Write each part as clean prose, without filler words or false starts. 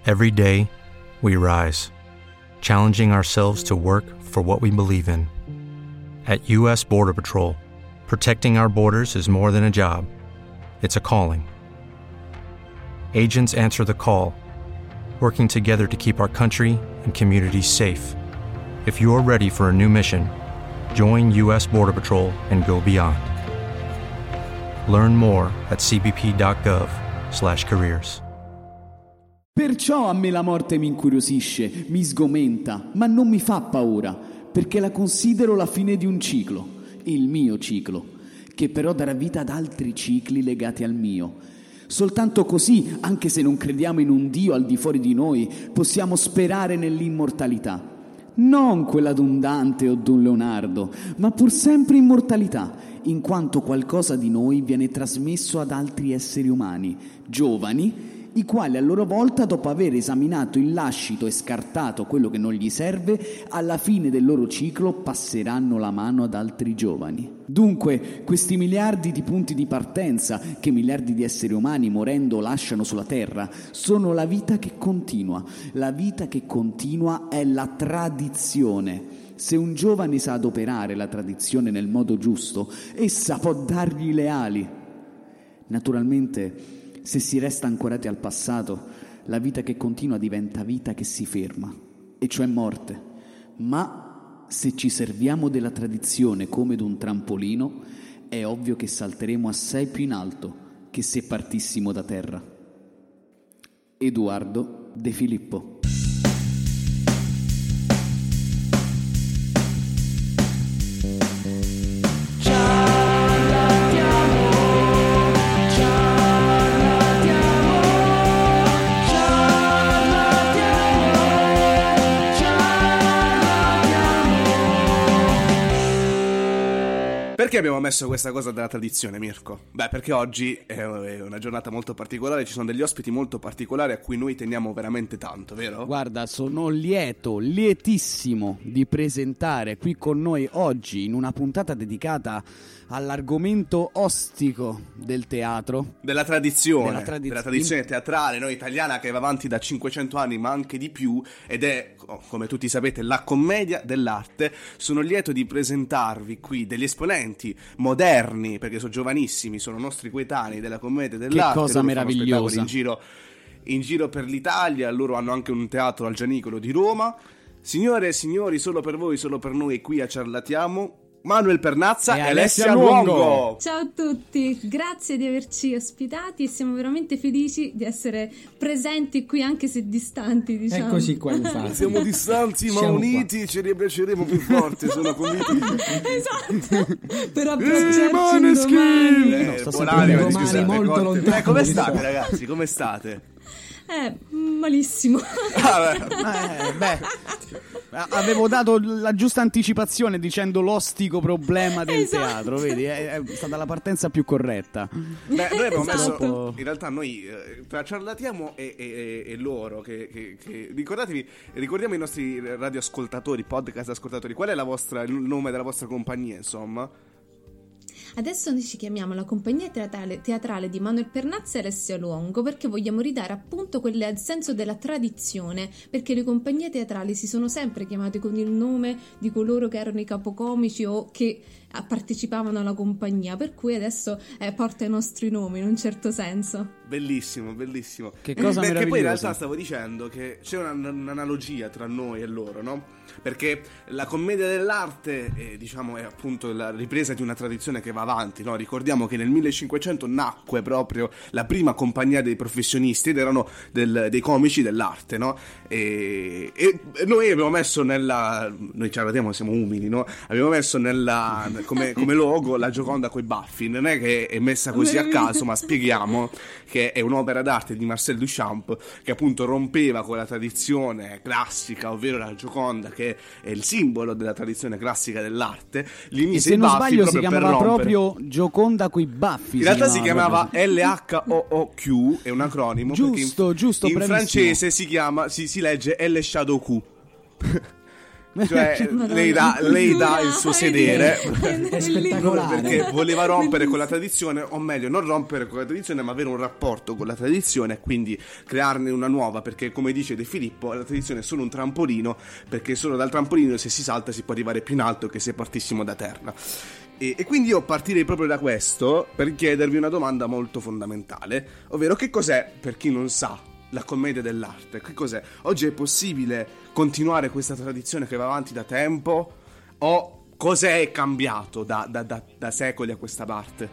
Every day, we rise, challenging ourselves to work for what we believe in. At U.S. Border Patrol, protecting our borders is more than a job. It's a calling. Agents answer the call, working together to keep our country and communities safe. If you're ready for a new mission, join U.S. Border Patrol and go beyond. Learn more at cbp.gov/careers. Perciò a me la morte mi incuriosisce, mi sgomenta, ma non mi fa paura, perché la considero la fine di un ciclo, il mio ciclo, che però darà vita ad altri cicli legati al mio. Soltanto così, anche se non crediamo in un Dio al di fuori di noi, possiamo sperare nell'immortalità. Non quella d'un Dante o d'un Leonardo, ma pur sempre immortalità, in quanto qualcosa di noi viene trasmesso ad altri esseri umani, giovani, i quali a loro volta, dopo aver esaminato il lascito e scartato quello che non gli serve, alla fine del loro ciclo passeranno la mano ad altri giovani. Dunque, questi miliardi di punti di partenza che miliardi di esseri umani morendo lasciano sulla Terra sono la vita che continua. La vita che continua è la tradizione. Se un giovane sa adoperare la tradizione nel modo giusto, essa può dargli le ali. Naturalmente, se si resta ancorati al passato, la vita che continua diventa vita che si ferma, e cioè morte. Ma se ci serviamo della tradizione come d'un trampolino, è ovvio che salteremo assai più in alto che se partissimo da terra. Edoardo De Filippo. Perché abbiamo messo questa cosa della tradizione, Mirko? Beh, perché oggi è una giornata molto particolare, ci sono degli ospiti molto particolari a cui noi teniamo veramente tanto, vero? Guarda, sono lietissimo di presentare qui con noi oggi, in una puntata dedicata all'argomento ostico del teatro. Della tradizione teatrale, no, italiana, che va avanti da 500 anni, ma anche di più, ed è, come tutti sapete, la commedia dell'arte. Sono lieto di presentarvi qui degli esponenti moderni, perché sono giovanissimi, sono nostri coetanei della commedia dell'arte. Che cosa meravigliosa. In giro per l'Italia. Loro hanno anche un teatro al Gianicolo di Roma. Signore e signori, solo per voi, solo per noi, qui a Ciarlatiamo, Manuel Pernazza e Alessia Luongo. Ciao a tutti, grazie di averci ospitati e siamo veramente felici di essere presenti qui, anche se distanti, diciamo. Eccoci qua, infatti. Siamo distanti ma uniti, qua. Ci riabbracceremo più forte, sono convinto. Esatto, per abbracciarci domani. Sto domani molto lontano. Come state, ragazzi? Come state? Malissimo. Avevo dato la giusta anticipazione dicendo l'ostico problema del teatro, vedi? È stata la partenza più corretta. Beh, noi abbiamo messo, in realtà noi tra Ciarlatiamo e loro, che ricordiamo i nostri radioascoltatori, podcast ascoltatori, qual è il nome della vostra compagnia, insomma? Adesso noi ci chiamiamo la compagnia teatrale di Manuel Pernazza e Alessia Luongo, perché vogliamo ridare appunto quel senso della tradizione, perché le compagnie teatrali si sono sempre chiamate con il nome di coloro che erano i capocomici o che partecipavano alla compagnia, per cui adesso porta i nostri nomi in un certo senso. Bellissimo. Che cosa meravigliosa. Perché poi in realtà stavo dicendo che c'è un'analogia tra noi e loro, no? Perché la commedia dell'arte diciamo è appunto la ripresa di una tradizione che va avanti, no? Ricordiamo che nel 1500 nacque proprio la prima compagnia dei professionisti ed erano dei comici dell'arte, no? E noi abbiamo messo noi Ciarlatiamo siamo umili, no? Abbiamo messo come logo la Gioconda coi baffi. Non è che è messa così a caso, ma spieghiamo che è un'opera d'arte di Marcel Duchamp, che appunto rompeva con la tradizione classica, ovvero la Gioconda, che è il simbolo della tradizione classica dell'arte. E se non sbaglio si chiamava proprio Gioconda coi baffi. In realtà si chiamava LHOOQ, è un acronimo. Giusto, in francese si legge L Shadow Q. Cioè, lei dà il suo sedere È spettacolare. perché voleva rompere con la tradizione, o meglio, non rompere con la tradizione, ma avere un rapporto con la tradizione e quindi crearne una nuova. Perché, come dice De Filippo, la tradizione è solo un trampolino, perché solo dal trampolino, se si salta, si può arrivare più in alto che se partissimo da terra. E quindi io partirei proprio da questo per chiedervi una domanda molto fondamentale, ovvero che cos'è, per chi non sa, la commedia dell'arte? Che cos'è? Oggi è possibile continuare questa tradizione che va avanti da tempo? O cos'è cambiato da secoli a questa parte?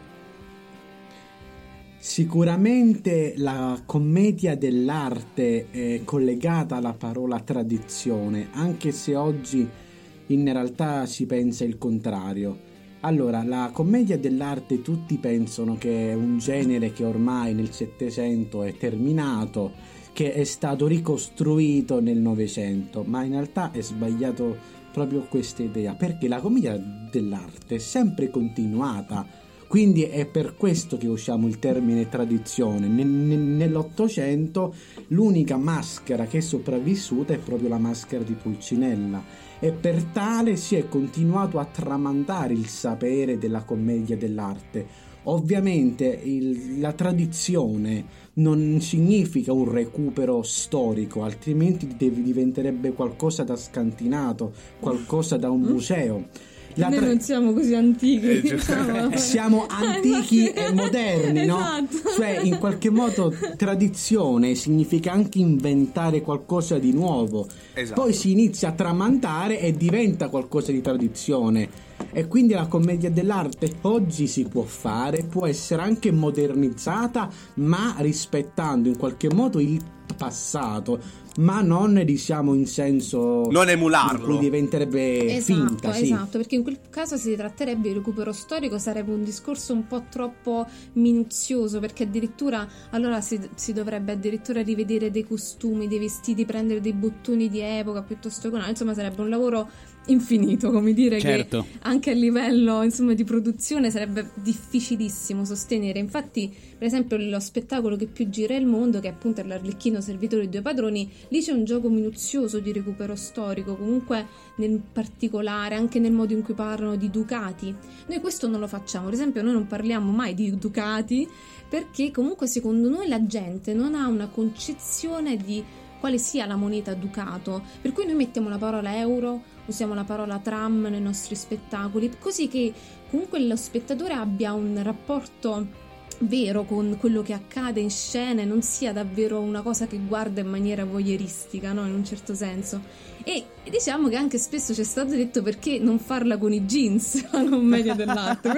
Sicuramente la commedia dell'arte è collegata alla parola tradizione, anche se oggi in realtà si pensa il contrario. Allora, la commedia dell'arte tutti pensano che è un genere che ormai nel Settecento è terminato, che è stato ricostruito nel Novecento, ma in realtà è sbagliato proprio questa idea, perché la commedia dell'arte è sempre continuata, quindi è per questo che usiamo il termine tradizione. Nell'Ottocento l'unica maschera che è sopravvissuta è proprio la maschera di Pulcinella, e per tale si è continuato a tramandare il sapere della commedia dell'arte. Ovviamente la tradizione non significa un recupero storico, altrimenti diventerebbe qualcosa da scantinato, qualcosa da un museo. Noi non siamo così antichi, diciamo. Siamo antichi e moderni, no? Esatto. Cioè, in qualche modo tradizione significa anche inventare qualcosa di nuovo. Esatto. Poi si inizia a tramandare e diventa qualcosa di tradizione. E quindi la commedia dell'arte oggi si può fare, può essere anche modernizzata, ma rispettando in qualche modo il passato, ma non diciamo in senso non emularlo, in cui diventerebbe finta. Esatto, perché in quel caso si tratterebbe di recupero storico, sarebbe un discorso un po' troppo minuzioso, perché addirittura allora si dovrebbe addirittura rivedere dei costumi, dei vestiti, prendere dei bottoni di epoca piuttosto che no, insomma sarebbe un lavoro infinito, come dire, certo, che anche a livello insomma di produzione sarebbe difficilissimo sostenere. Infatti, per esempio, lo spettacolo che più gira il mondo, che è appunto l'Arlecchino servitore dei due padroni, lì c'è un gioco minuzioso di recupero storico, comunque nel particolare, anche nel modo in cui parlano di ducati. Noi questo non lo facciamo, ad esempio noi non parliamo mai di ducati, perché comunque secondo noi la gente non ha una concezione di quale sia la moneta ducato, per cui noi mettiamo la parola euro, usiamo la parola tram nei nostri spettacoli, così che comunque lo spettatore abbia un rapporto vero con quello che accade in scena, non sia davvero una cosa che guarda in maniera voyeuristica, no? In un certo senso. E diciamo che anche spesso ci è stato detto: perché non farla con i jeans la commedia dell'arte?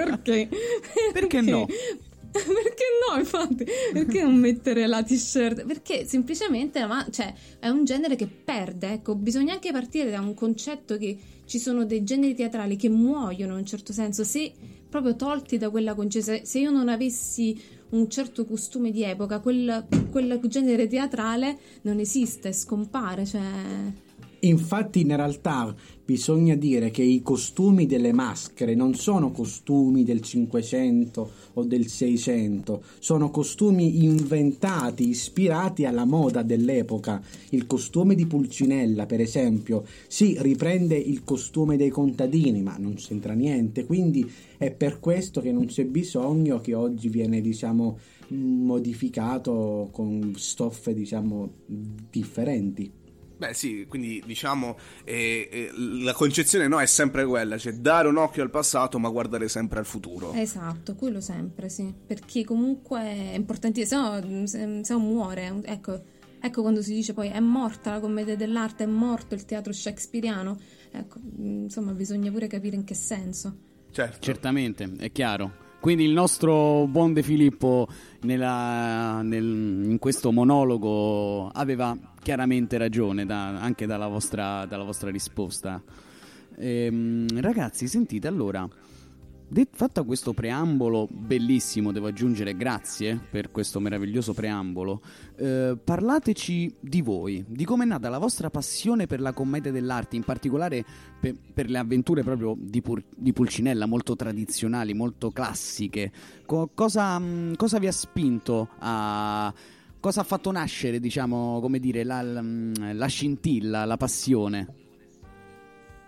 Perché no? Perché no, infatti? Perché non mettere la t-shirt? Perché semplicemente è un genere che perde, ecco. Bisogna anche partire da un concetto che ci sono dei generi teatrali che muoiono in un certo senso, se proprio tolti da quella concesa. Se io non avessi un certo costume di epoca, quel genere teatrale non esiste, scompare, cioè. Infatti in realtà bisogna dire che i costumi delle maschere non sono costumi del 500 o del 600, sono costumi inventati, ispirati alla moda dell'epoca. Il costume di Pulcinella, per esempio, sì, riprende il costume dei contadini, ma non c'entra niente, quindi è per questo che non c'è bisogno che oggi viene, diciamo, modificato con stoffe, diciamo, differenti. Beh sì, quindi diciamo la concezione è sempre quella, cioè dare un occhio al passato ma guardare sempre al futuro. Esatto, quello sempre, sì, perché comunque è importantissimo, se no muore, ecco quando si dice poi è morta la commedia dell'arte, è morto il teatro shakespeariano, ecco, insomma bisogna pure capire in che senso. Certo. Certamente, è chiaro. Quindi il nostro buon De Filippo in questo monologo aveva chiaramente ragione, anche dalla vostra risposta. Ragazzi, sentite, allora, fatto questo preambolo bellissimo, devo aggiungere grazie per questo meraviglioso preambolo, parlateci di voi, di come è nata la vostra passione per la commedia dell'arte, in particolare per le avventure proprio di Pulcinella, molto tradizionali, molto classiche. Cosa vi ha spinto a... Cosa ha fatto nascere, diciamo, come dire, la scintilla, la passione?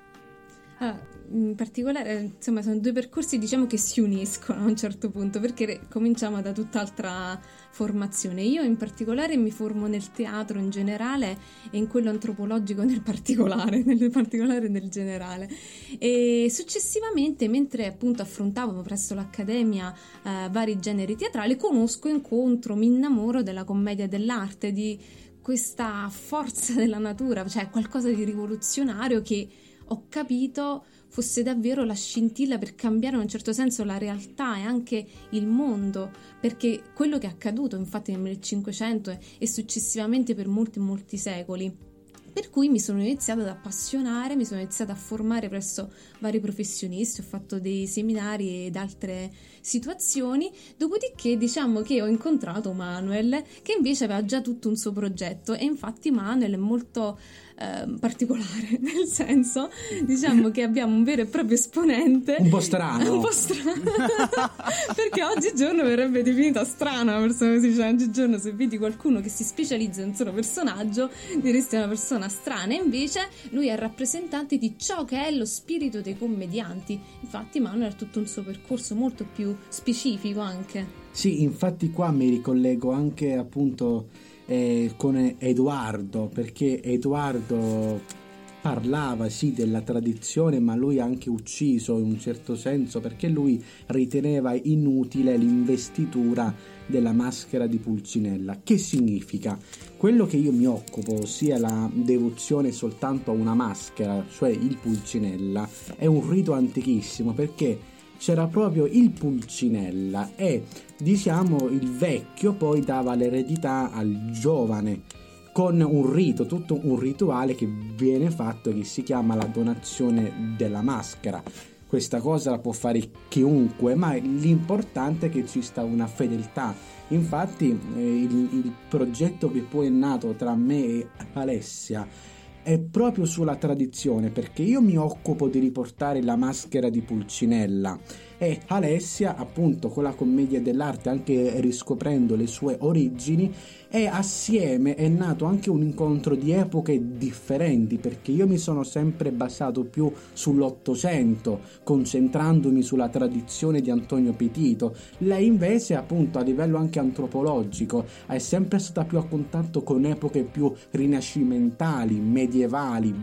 In particolare, insomma, sono due percorsi, diciamo, che si uniscono a un certo punto, perché cominciamo da tutt'altra formazione. Io in particolare mi formo nel teatro in generale e in quello antropologico nel particolare nel generale. E successivamente, mentre appunto affrontavo presso l'Accademia vari generi teatrali, incontro, mi innamoro della commedia dell'arte, di questa forza della natura, cioè qualcosa di rivoluzionario che ho capito fosse davvero la scintilla per cambiare in un certo senso la realtà e anche il mondo, perché quello che è accaduto infatti nel 1500 e successivamente per molti secoli. Per cui mi sono iniziata ad appassionare, mi sono iniziata a formare presso vari professionisti, ho fatto dei seminari ed altre situazioni, dopodiché diciamo che ho incontrato Manuel, che invece aveva già tutto un suo progetto, e infatti Manuel è molto particolare, nel senso, diciamo che abbiamo un vero e proprio esponente un po' strano perché oggigiorno verrebbe definita strana una persona così, cioè oggigiorno se vedi qualcuno che si specializza in un solo personaggio diresti una persona strana, e invece lui è rappresentante di ciò che è lo spirito dei commedianti. Infatti Manuel ha tutto un suo percorso molto più specifico anche. Sì, infatti qua mi ricollego anche appunto con Edoardo, perché Edoardo parlava sì della tradizione, ma lui ha anche ucciso in un certo senso, perché lui riteneva inutile l'investitura della maschera di Pulcinella. Che significa? Quello che io mi occupo, ossia la devozione soltanto a una maschera, cioè il Pulcinella, è un rito antichissimo, perché c'era proprio il Pulcinella e diciamo il vecchio poi dava l'eredità al giovane con un rito, tutto un rituale che viene fatto, che si chiama la donazione della maschera. Questa cosa la può fare chiunque, ma l'importante è che ci sta una fedeltà. Infatti il progetto che poi è nato tra me e Alessia è proprio sulla tradizione, perché io mi occupo di riportare la maschera di Pulcinella e Alessia appunto con la commedia dell'arte, anche riscoprendo le sue origini, e assieme è nato anche un incontro di epoche differenti, perché io mi sono sempre basato più sull'Ottocento, concentrandomi sulla tradizione di Antonio Petito. Lei invece appunto a livello anche antropologico è sempre stata più a contatto con epoche più rinascimentali, medievali,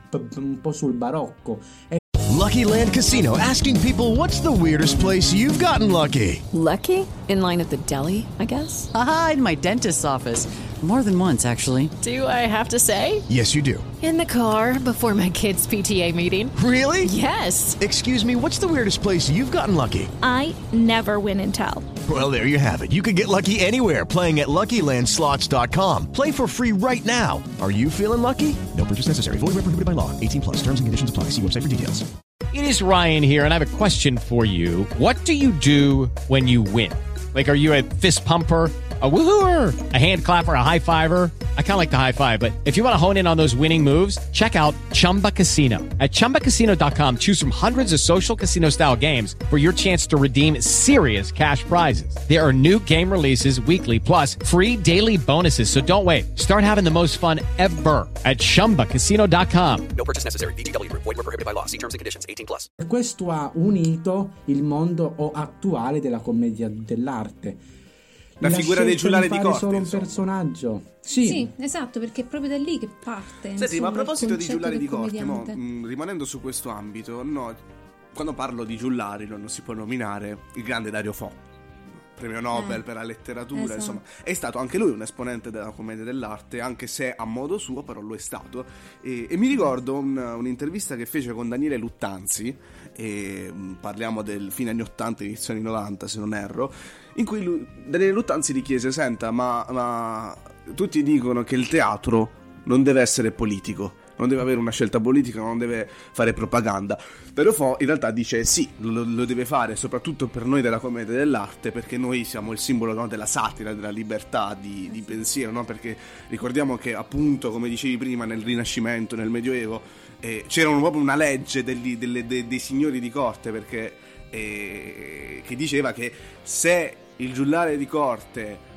un po' sul barocco. Lucky Land Casino, asking people, what's the weirdest place you've gotten lucky? Lucky? In line at the deli, I guess? Aha, in my dentist's office. More than once, actually. Do I have to say? Yes, you do. In the car before my kids' PTA meeting. Really? Yes. Excuse me, what's the weirdest place you've gotten lucky? I never win and tell. Well, there you have it. You can get lucky anywhere, playing at LuckyLandSlots.com. Play for free right now. Are you feeling lucky? No purchase necessary. Void where prohibited by law. 18+. Terms and conditions apply. See website for details. It is Ryan here, and I have a question for you. What do you do when you win? Like, are you a fist pumper, a woohooer, a hand clapper, a high fiver? I kind of like the high five, but if you want to hone in on those winning moves, check out Chumba Casino. At ChumbaCasino.com, choose from hundreds of social casino-style games for your chance to redeem serious cash prizes. There are new game releases weekly, plus free daily bonuses, so don't wait. Start having the most fun ever at ChumbaCasino.com. No purchase necessary. VGW. Void where prohibited by law. See terms and conditions. 18+. Questo ha unito il mondo attuale della commedia dell'arte. La figura dei giullari di corte, solo un personaggio. Sì, esatto, perché è proprio da lì che parte. Senti, ma a proposito di giullari di corte, commediante. rimanendo su questo ambito, no, quando parlo di giullari non si può nominare il grande Dario Fo, premio Nobel per la letteratura, esatto. Insomma, è stato anche lui un esponente della commedia dell'arte, anche se a modo suo, però lo è stato. E mi ricordo un'intervista che fece con Daniele Luttanzi, parliamo del fine anni 80, inizio anni 90 se non erro, in cui Daniele Luttanzi gli chiese: senta, ma tutti dicono che il teatro non deve essere politico, non deve avere una scelta politica, non deve fare propaganda. Dario Fo in realtà dice sì, lo deve fare, soprattutto per noi della commedia dell'arte, perché noi siamo il simbolo, no, della satira, della libertà di pensiero, no? Perché ricordiamo che appunto, come dicevi prima, nel Rinascimento, nel Medioevo, c'era proprio una legge dei signori di corte, perché che diceva che se il giullare di corte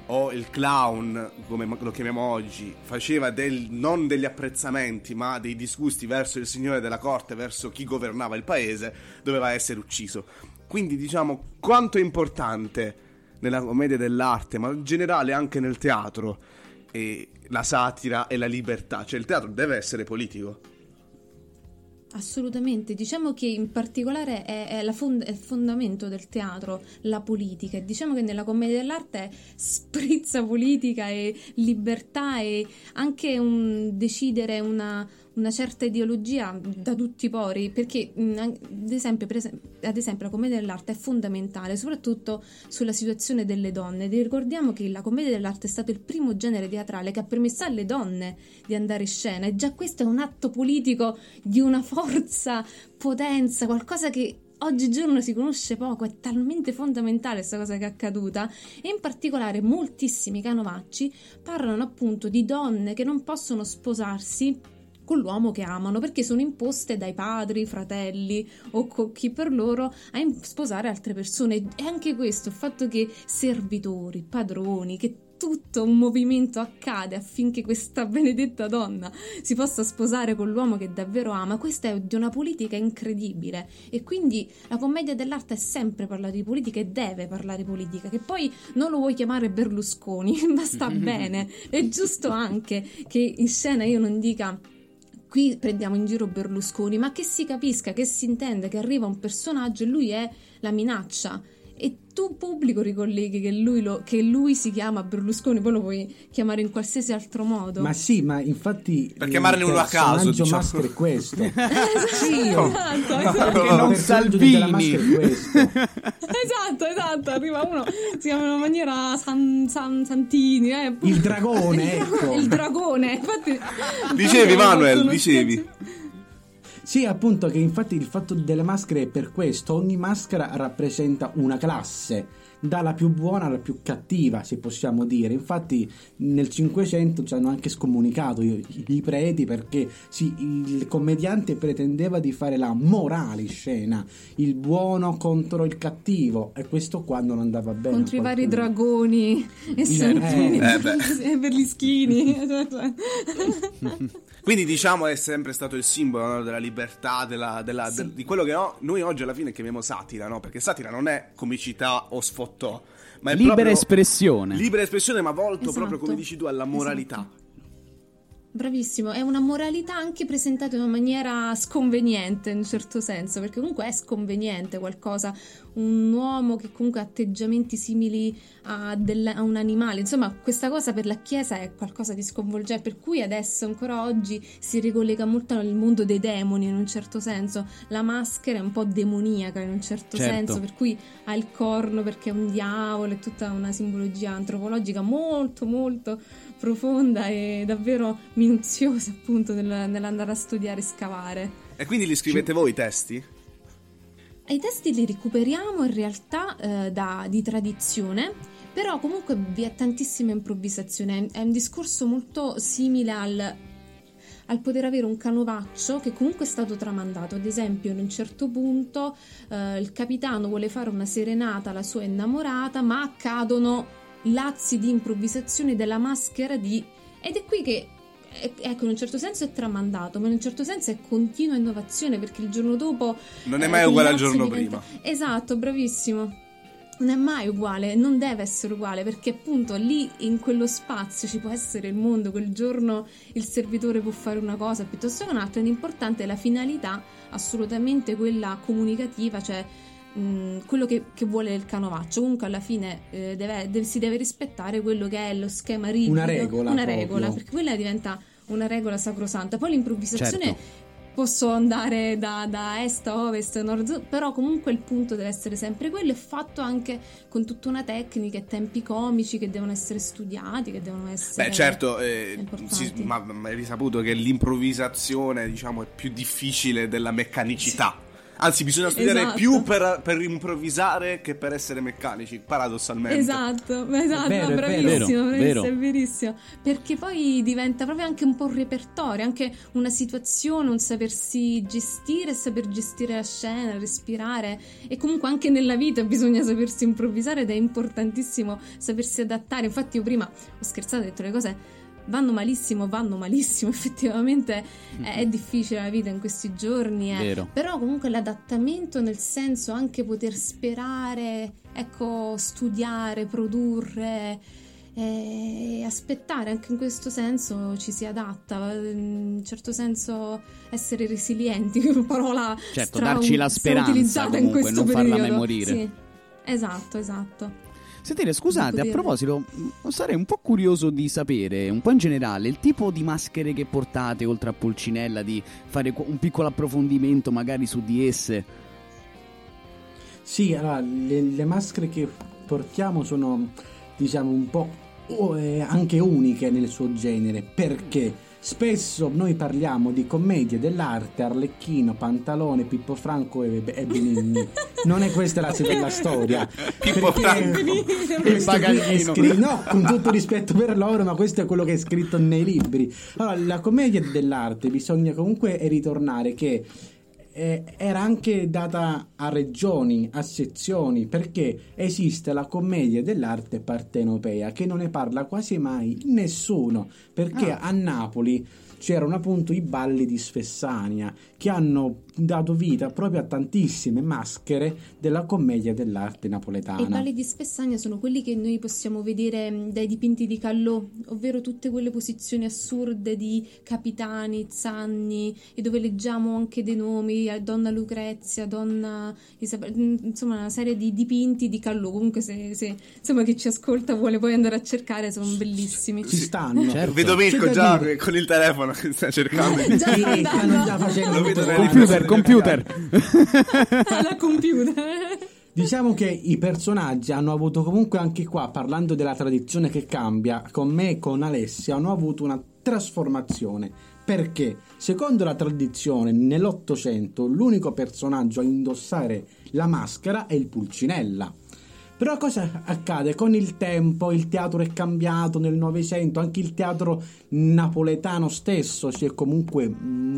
o il clown, come lo chiamiamo oggi, faceva non degli apprezzamenti ma dei disgusti verso il signore della corte, verso chi governava il paese, doveva essere ucciso. Quindi diciamo quanto è importante nella commedia dell'arte, ma in generale anche nel teatro, la satira e la libertà. Cioè il teatro deve essere politico. Assolutamente, diciamo che in particolare è il fondamento del teatro, la politica, e diciamo che nella commedia dell'arte sprizza politica e libertà e anche un decidere una certa ideologia da tutti i pori, perché ad esempio la commedia dell'arte è fondamentale soprattutto sulla situazione delle donne. Ricordiamo che la commedia dell'arte è stato il primo genere teatrale che ha permesso alle donne di andare in scena, e già questo è un atto politico di una forza, potenza, qualcosa che oggigiorno si conosce poco. È talmente fondamentale questa cosa che è accaduta, e in particolare moltissimi canovacci parlano appunto di donne che non possono sposarsi con l'uomo che amano perché sono imposte dai padri, fratelli o chi per loro a sposare altre persone. E anche questo, il fatto che servitori, padroni, che tutto un movimento accade affinché questa benedetta donna si possa sposare con l'uomo che davvero ama, questa è di una politica incredibile. E quindi la commedia dell'arte è sempre parlato di politica e deve parlare di politica, che poi non lo vuoi chiamare Berlusconi ma sta bene, è giusto anche che in scena io non dica qui prendiamo in giro Berlusconi, ma che si capisca, che si intende che arriva un personaggio e lui è la minaccia, e tu pubblico ricolleghi che lui si chiama Berlusconi, poi lo puoi chiamare in qualsiasi altro modo. Ma sì, ma infatti per chiamarne uno a caso, diciamo. Maschera è questo. Sì, esatto. Non Salvini. Esatto, arriva uno, si chiama in una maniera Santini, il dragone, ecco. Il dragone, infatti. Dicevi Manuel, dicevi. Sì, appunto, che infatti il fatto delle maschere è per questo. Ogni maschera rappresenta una classe, dalla più buona alla più cattiva, se possiamo dire. Infatti nel Cinquecento ci hanno anche scomunicato i preti, perché sì, il commediante pretendeva di fare la morale in scena, il buono contro il cattivo, e questo qua non andava bene. Contro i vari dragoni e Santini e Berlischini. Quindi diciamo è sempre stato il simbolo, no, della libertà, sì, di quello che noi oggi alla fine chiamiamo satira, no? Perché satira non è comicità o sfottò, ma è libera espressione. Libera espressione, ma volto proprio, come dici tu, alla moralità. Esatto. Bravissimo, è una moralità anche presentata in una maniera sconveniente in un certo senso, perché comunque è sconveniente qualcosa, un uomo che comunque ha atteggiamenti simili a un animale, insomma questa cosa per la Chiesa è qualcosa di sconvolgente, per cui adesso ancora oggi si ricollega molto al mondo dei demoni in un certo senso, la maschera è un po' demoniaca in un certo senso, per cui ha il corno perché è un diavolo, è tutta una simbologia antropologica molto molto profonda e davvero minuziosa, appunto, nell'andare a studiare e scavare. E quindi li scrivete voi i testi? I testi li recuperiamo in realtà di tradizione, però comunque vi è tantissima improvvisazione, è un discorso molto simile al poter avere un canovaccio che comunque è stato tramandato. Ad esempio, in un certo punto il capitano vuole fare una serenata alla sua innamorata, ma accadono lazzi di improvvisazione della maschera ed è qui che ecco, in un certo senso è tramandato, ma in un certo senso è continua innovazione, perché il giorno dopo non è mai uguale al giorno prima. Esatto, bravissimo, non è mai uguale, non deve essere uguale, perché appunto lì in quello spazio ci può essere il mondo, quel giorno il servitore può fare una cosa piuttosto che un'altra, ed è importante la finalità, assolutamente quella comunicativa, cioè quello che vuole il canovaccio. Comunque alla fine si deve rispettare quello che è lo schema rigido, una regola, perché quella diventa una regola sacrosanta. Poi l'improvvisazione, certo, posso andare da est a ovest, nord, però comunque il punto deve essere sempre quello, e fatto anche con tutta una tecnica e tempi comici che devono essere studiati, che devono essere certo, ma è risaputo che l'improvvisazione, diciamo, è più difficile della meccanicità. Anzi, bisogna studiare Esatto. più per improvvisare che per essere meccanici, paradossalmente. Esatto, È vero, no, è bravissimo, vero. è verissimo. Perché poi diventa proprio anche un po' un repertorio, anche una situazione, un sapersi gestire, saper gestire la scena, respirare. E comunque anche nella vita bisogna sapersi improvvisare ed è importantissimo sapersi adattare. Infatti io prima ho scherzato, ho detto le cose vanno malissimo, effettivamente è difficile la vita in questi giorni, Vero. però comunque l'adattamento, nel senso anche poter sperare, ecco, studiare, produrre, aspettare, anche in questo senso ci si adatta, in un certo senso essere resilienti, parola Certo, darci la speranza utilizzata in comunque, questo non farla periodo. mai morire. Sì, esatto. Sentite, scusate, a Potere. proposito, sarei un po' curioso di sapere, un po' in generale, il tipo di maschere che portate, oltre a Pulcinella, di fare un piccolo approfondimento magari su di esse. Sì, allora, le maschere che portiamo sono, diciamo, un po' anche uniche nel suo genere, perché spesso noi parliamo di commedie dell'arte, Arlecchino, Pantalone, Pippo Franco e Benigni. Non è questa la storia. Pippo Franco. Questo qui è Bagaglino. scritto, no, con tutto rispetto per loro, ma questo è quello che è scritto nei libri. Allora, la commedia dell'arte bisogna comunque ritornare che era anche data a regioni, a sezioni, perché esiste la commedia dell'arte partenopea che non ne parla quasi mai nessuno, perché a Napoli c'erano appunto i balli di Sfessania che hanno dato vita proprio a tantissime maschere della commedia dell'arte napoletana. E i balli di Spessagna sono quelli che noi possiamo vedere dai dipinti di Callò, ovvero tutte quelle posizioni assurde di capitani, zanni, e dove leggiamo anche dei nomi, Donna Lucrezia, Donna Isabella, insomma una serie di dipinti di Callò. Comunque se insomma chi ci ascolta vuole poi andare a cercare, sono bellissimi. Ci stanno. Certo. Vedo Mirko C'è da già dire. con il telefono che sta cercando di... Già sta andando. stanno già facendo Lo vedo tutto nelle quanto. Computer. alla computer. Diciamo che i personaggi hanno avuto comunque anche qua, parlando della tradizione che cambia, con me e con Alessia hanno avuto una trasformazione, perché secondo la tradizione nell'Ottocento l'unico personaggio a indossare la maschera è il Pulcinella. Però cosa accade? Con il tempo il teatro è cambiato nel Novecento, anche il teatro napoletano stesso si è comunque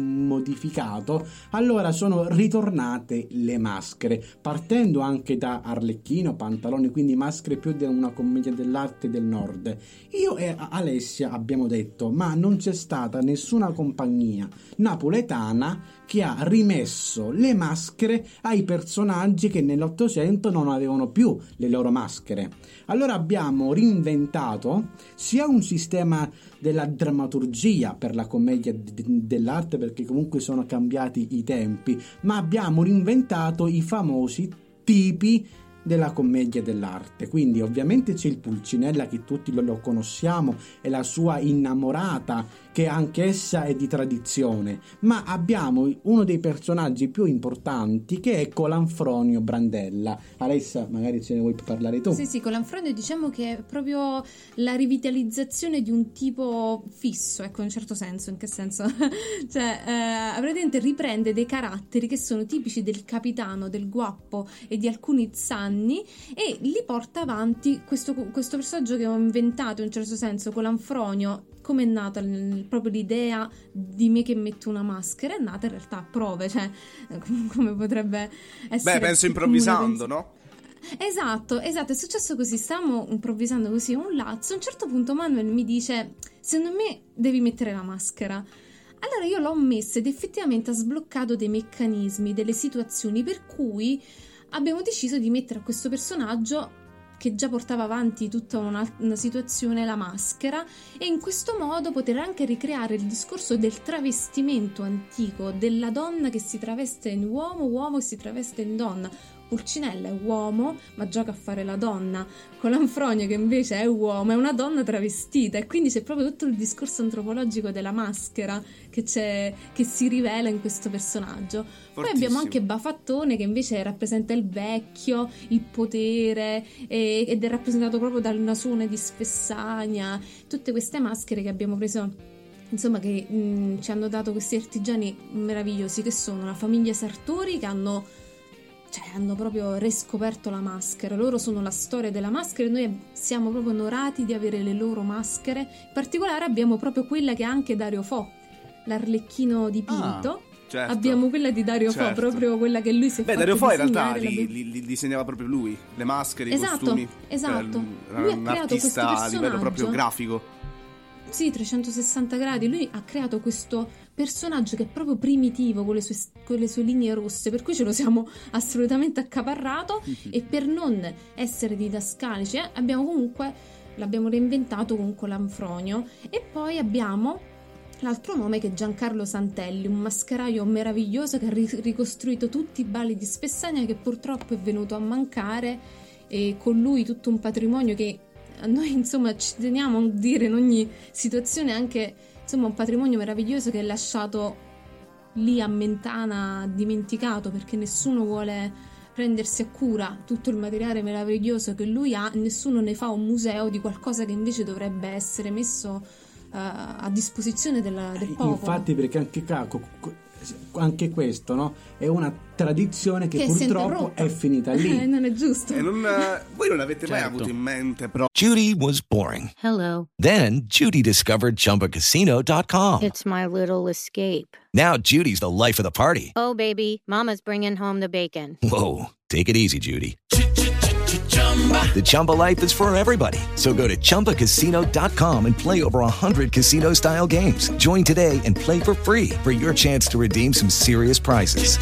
modificato, allora sono ritornate le maschere, partendo anche da Arlecchino, Pantalone, quindi maschere più di una commedia dell'arte del nord. Io e Alessia abbiamo detto, ma non c'è stata nessuna compagnia napoletana che ha rimesso le maschere ai personaggi che nell'Ottocento non avevano più le loro maschere. Allora abbiamo reinventato sia un sistema della drammaturgia per la commedia dell'arte, perché comunque sono cambiati i tempi, ma abbiamo reinventato i famosi tipi della commedia dell'arte. Quindi ovviamente c'è il Pulcinella che tutti lo conosciamo e la sua innamorata che anche essa è di tradizione, ma abbiamo uno dei personaggi più importanti che è Colanfronio Brandella. Alessa, magari ce ne vuoi parlare tu? Sì, Colanfronio diciamo che è proprio la rivitalizzazione di un tipo fisso, ecco, in un certo senso. In che senso? Cioè, praticamente riprende dei caratteri che sono tipici del capitano, del guappo e di alcuni zanni e li porta avanti questo personaggio che ho inventato, in un certo senso, Colanfronio. Come è nata proprio l'idea di me che metto una maschera? È nata in realtà a prove, cioè come potrebbe essere. Beh, penso improvvisando, no? Esatto, è successo così, stavamo improvvisando così un lazzo, a un certo punto Manuel mi dice, secondo me devi mettere la maschera. Allora io l'ho messa ed effettivamente ha sbloccato dei meccanismi, delle situazioni per cui abbiamo deciso di mettere a questo personaggio che già portava avanti tutta una situazione la maschera e in questo modo poter anche ricreare il discorso del travestimento antico, della donna che si traveste in uomo, uomo che si traveste in donna. Pulcinella è uomo ma gioca a fare la donna, Colanfronio che invece è uomo, è una donna travestita, e quindi c'è proprio tutto il discorso antropologico della maschera che si rivela in questo personaggio. Poi abbiamo anche Bafattone che invece rappresenta il vecchio, il potere, ed è rappresentato proprio dal nasone di Spessagna. Tutte queste maschere che abbiamo preso insomma, che ci hanno dato questi artigiani meravigliosi, che sono la famiglia Sartori, che hanno proprio riscoperto la maschera. Loro sono la storia della maschera e noi siamo proprio onorati di avere le loro maschere. In particolare abbiamo proprio quella che ha anche Dario Fo, l'Arlecchino dipinto. Certo. Abbiamo quella di Dario Fo, proprio quella che lui si è fatto Dario Fo in realtà disegnare, li disegnava proprio lui, le maschere, Esatto, i costumi. esatto. Era Lui ha un creato questo artista a livello proprio personaggio. grafico. Sì, 360 gradi. Lui ha creato questo personaggio che è proprio primitivo, con le sue linee rosse, per cui ce lo siamo assolutamente accaparrato. E per non essere didascalici, l'abbiamo reinventato con Colanfronio. E poi abbiamo l'altro nome, che è Giancarlo Santelli, un mascheraio meraviglioso che ha ricostruito tutti i balli di Spessania, che purtroppo è venuto a mancare, e con lui tutto un patrimonio che a noi, insomma, ci teniamo a dire in ogni situazione, anche, insomma, un patrimonio meraviglioso che è lasciato lì a Mentana dimenticato, perché nessuno vuole prendersi a cura tutto il materiale meraviglioso che lui ha, nessuno ne fa un museo di qualcosa che invece dovrebbe essere messo a disposizione del popolo. Infatti, perché anche questo, no? È una tradizione che purtroppo è finita lì. Non è giusto. Voi non avete mai avuto in mente, però. Judy was boring. Hello. Then Judy discovered ChumbaCasino.com. It's my little escape. Now Judy's the life of the party. Oh, baby, mama's bringing home the bacon. Whoa, take it easy, Judy. The Chumba life is for everybody. So go to ChumbaCasino.com and play over 100 casino-style games. Join today and play for free for your chance to redeem some serious prizes.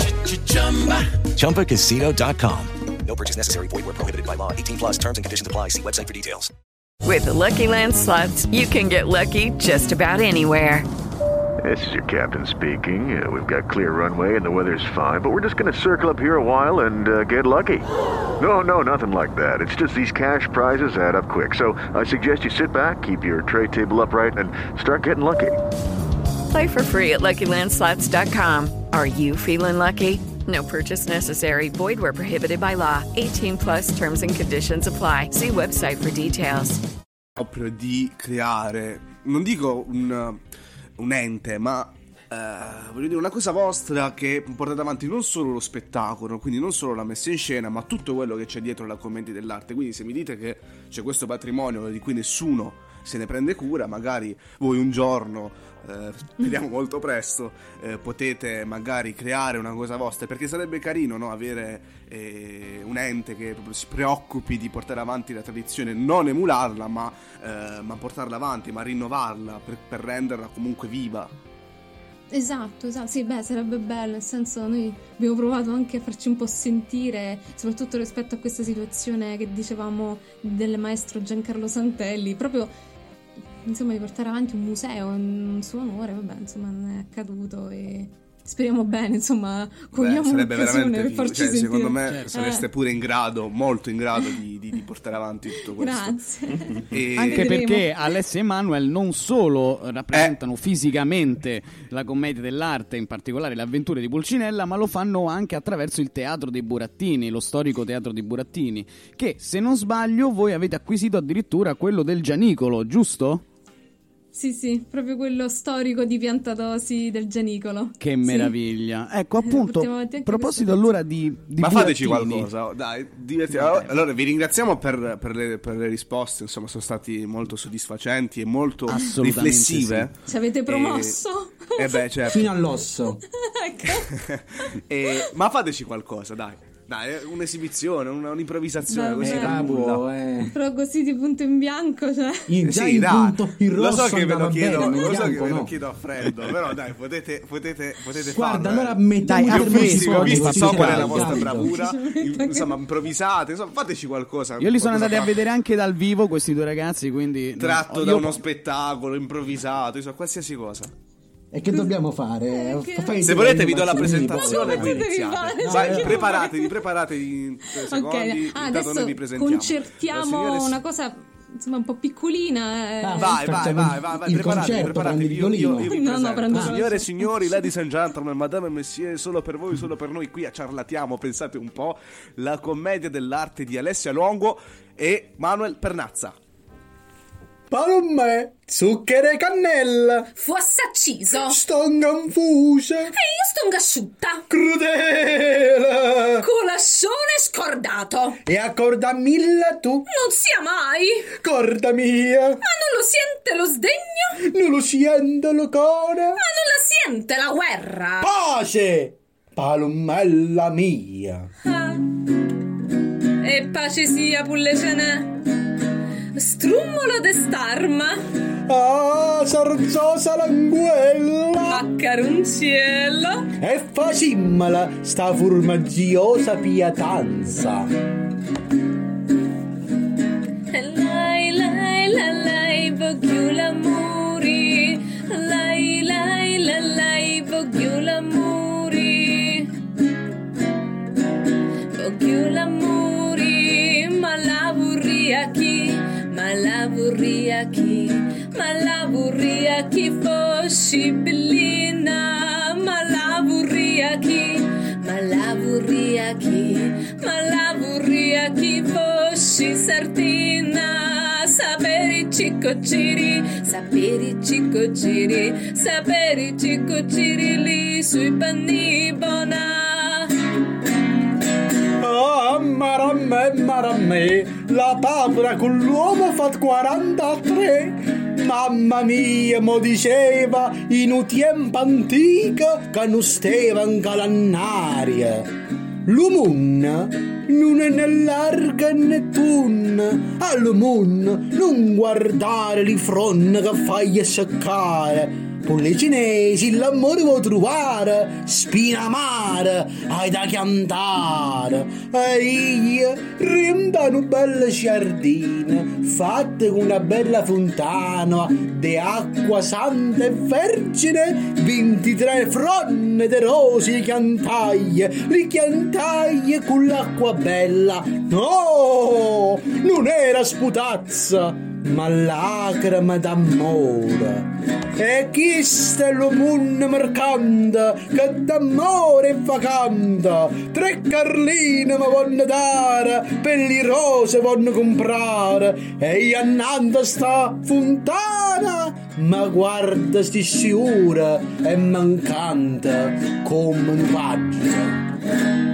ChumbaCasino.com. No purchase necessary. Void where prohibited by law. 18 plus terms and conditions apply. See website for details. With the Lucky Land Slots, you can get lucky just about anywhere. This is your captain speaking. We've got clear runway and the weather's fine, but we're just going to circle up here a while and get lucky. No, nothing like that. It's just these cash prizes add up quick. So I suggest you sit back, keep your tray table upright, and start getting lucky. Play for free at LuckyLandSlots.com. Are you feeling lucky? No purchase necessary. Void where prohibited by law. 18 plus terms and conditions apply. See website for details. Proprio di creare, non dico un ente, ma voglio dire, una cosa vostra che portate avanti non solo lo spettacolo, quindi non solo la messa in scena, ma tutto quello che c'è dietro la commedia dell'arte. Quindi se mi dite che c'è questo patrimonio di cui nessuno se ne prende cura, magari voi un giorno, speriamo molto presto, potete magari creare una cosa vostra, perché sarebbe carino, no? Avere un ente che proprio si preoccupi di portare avanti la tradizione, non emularla, ma portarla avanti, ma rinnovarla per renderla comunque viva. Esatto, sì, sarebbe bello, nel senso, noi abbiamo provato anche a farci un po' sentire, soprattutto rispetto a questa situazione che dicevamo del maestro Giancarlo Santelli, proprio, insomma, di portare avanti un museo in suo onore. Vabbè, insomma, non è accaduto e speriamo bene, insomma, cogliamo l'occasione per farci sentire. Secondo me sareste pure molto in grado di portare avanti tutto questo. Grazie. E anche perché Alessia e Manuel non solo rappresentano fisicamente la commedia dell'arte, in particolare le avventure di Pulcinella, ma lo fanno anche attraverso il teatro dei Burattini, lo storico teatro dei Burattini, che, se non sbaglio, voi avete acquisito addirittura quello del Gianicolo, giusto? Sì, proprio quello storico di Piantadosi del Gianicolo. Che meraviglia. Ecco, appunto, a proposito allora di ma fateci Burattini. qualcosa, dai, allora vi ringraziamo per le risposte, insomma, sono stati molto soddisfacenti e molto riflessive. Sì. Ci avete promosso? Certo. Fino all'osso. Ecco. Ma fateci qualcosa, dai, un'esibizione, un'improvvisazione, così però così di punto in bianco, cioè. Punto in rosso. Lo so che ve lo chiedo, lo chiedo a freddo, però dai, potete guarda, farlo. allora mettiamo ho visto so qual è la vostra bravura, insomma, improvvisate, insomma, fateci qualcosa. Io li sono andati a vedere anche dal vivo, questi due ragazzi, quindi tratto da uno spettacolo improvvisato, insomma, qualsiasi cosa. E che dobbiamo fare? Se volete vi do la presentazione e poi iniziate. Vai, preparatevi in 3 secondi. Adesso noi vi presentiamo. Concertiamo una cosa, insomma, un po' piccolina. Vai, preparatevi. Io vi presento. Signore e signori, ladies and gentlemen, madame e messieurs, solo per voi, solo per noi, qui a Ciarlatiamo, pensate un po', la commedia dell'arte di Alessia Longo e Manuel Pernazza. Palomè, zucchero e cannella. Fosse acciso. Sto confusa. E io sto asciutta. Crudele. Colascione scordato. E accorda mille tu. Non sia mai. Corda mia. Ma non lo siente lo sdegno? Non lo siente lo cuore. Ma non la siente la guerra? Pace, palomella mia. Ah. E pace sia pulle ce n'è. Strummolo de starma. Ah, sarzosa languella. Maccaronciello. E facimmala sta formaggiosa pietanza. Lei, lei, la lei, voglio l'amori. Lei, lei, la lei, voglio l'amori. Voglio l'amori, ma la vorria chi? Ma la vorria chi? Ma la vorria chi fossi bellina? Ma la vorria chi? Ma la vorria chi? Ma la vorria chi fossi sardina? Sapere ciccociri, sapere ciccociri, sapere ciccociri lì sui panni bona. Oh, maramme, la papera con l'uomo fa 43. Mamma mia, mo diceva in un tempo antico che non stava in calannaria. L'umunna non è né larga né tunna. All'umunna non guardare li fronne che fai seccare. Con le cinesi l'amore vuoi trovare, spina amara, hai da cantare. E io rimba una bella giardina, fatta con una bella fontana, di acqua santa e vergine, 23 fronne de rose li chiantaglie con l'acqua bella. No, non era sputazza, ma lacrima d'amore. E chi sta lo mondo mercante che d'amore è vacante, 3 carline mi vogliono dare, per le rose vogliono comprare, e io andando a sta fontana ma guarda sti sicura e mancante come un paggio.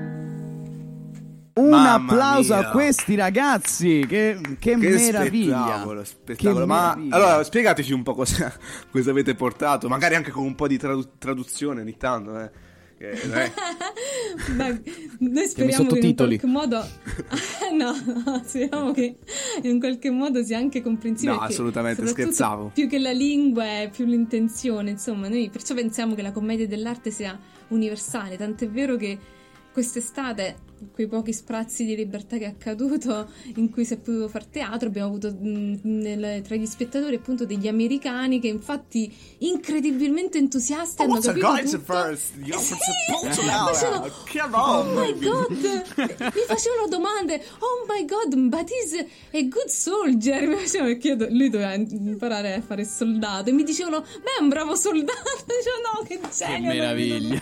Un Mamma applauso mia. a questi ragazzi, che meraviglia. Spettacolo. Che Ma meraviglia. allora spiegateci un po' cosa avete portato, magari anche con un po' di traduzione ogni tanto, Ma noi speriamo che in sottotitoli. qualche modo no, speriamo che in qualche modo sia anche comprensibile. No, perché assolutamente, soprattutto scherzavo. Più che la lingua è più l'intenzione, insomma, noi perciò pensiamo che la commedia dell'arte sia universale, tant'è vero che quest'estate, quei pochi sprazzi di libertà che è accaduto in cui si è potuto fare teatro, abbiamo avuto tra gli spettatori appunto degli americani che infatti incredibilmente entusiasti hanno capito tutto. Oh my god, mi facevano domande, oh my god, but is a good soldier, mi facevano, perché lui doveva imparare a fare il soldato e mi dicevano, beh è un bravo soldato. Dicevo, no, che genio, Che meraviglia.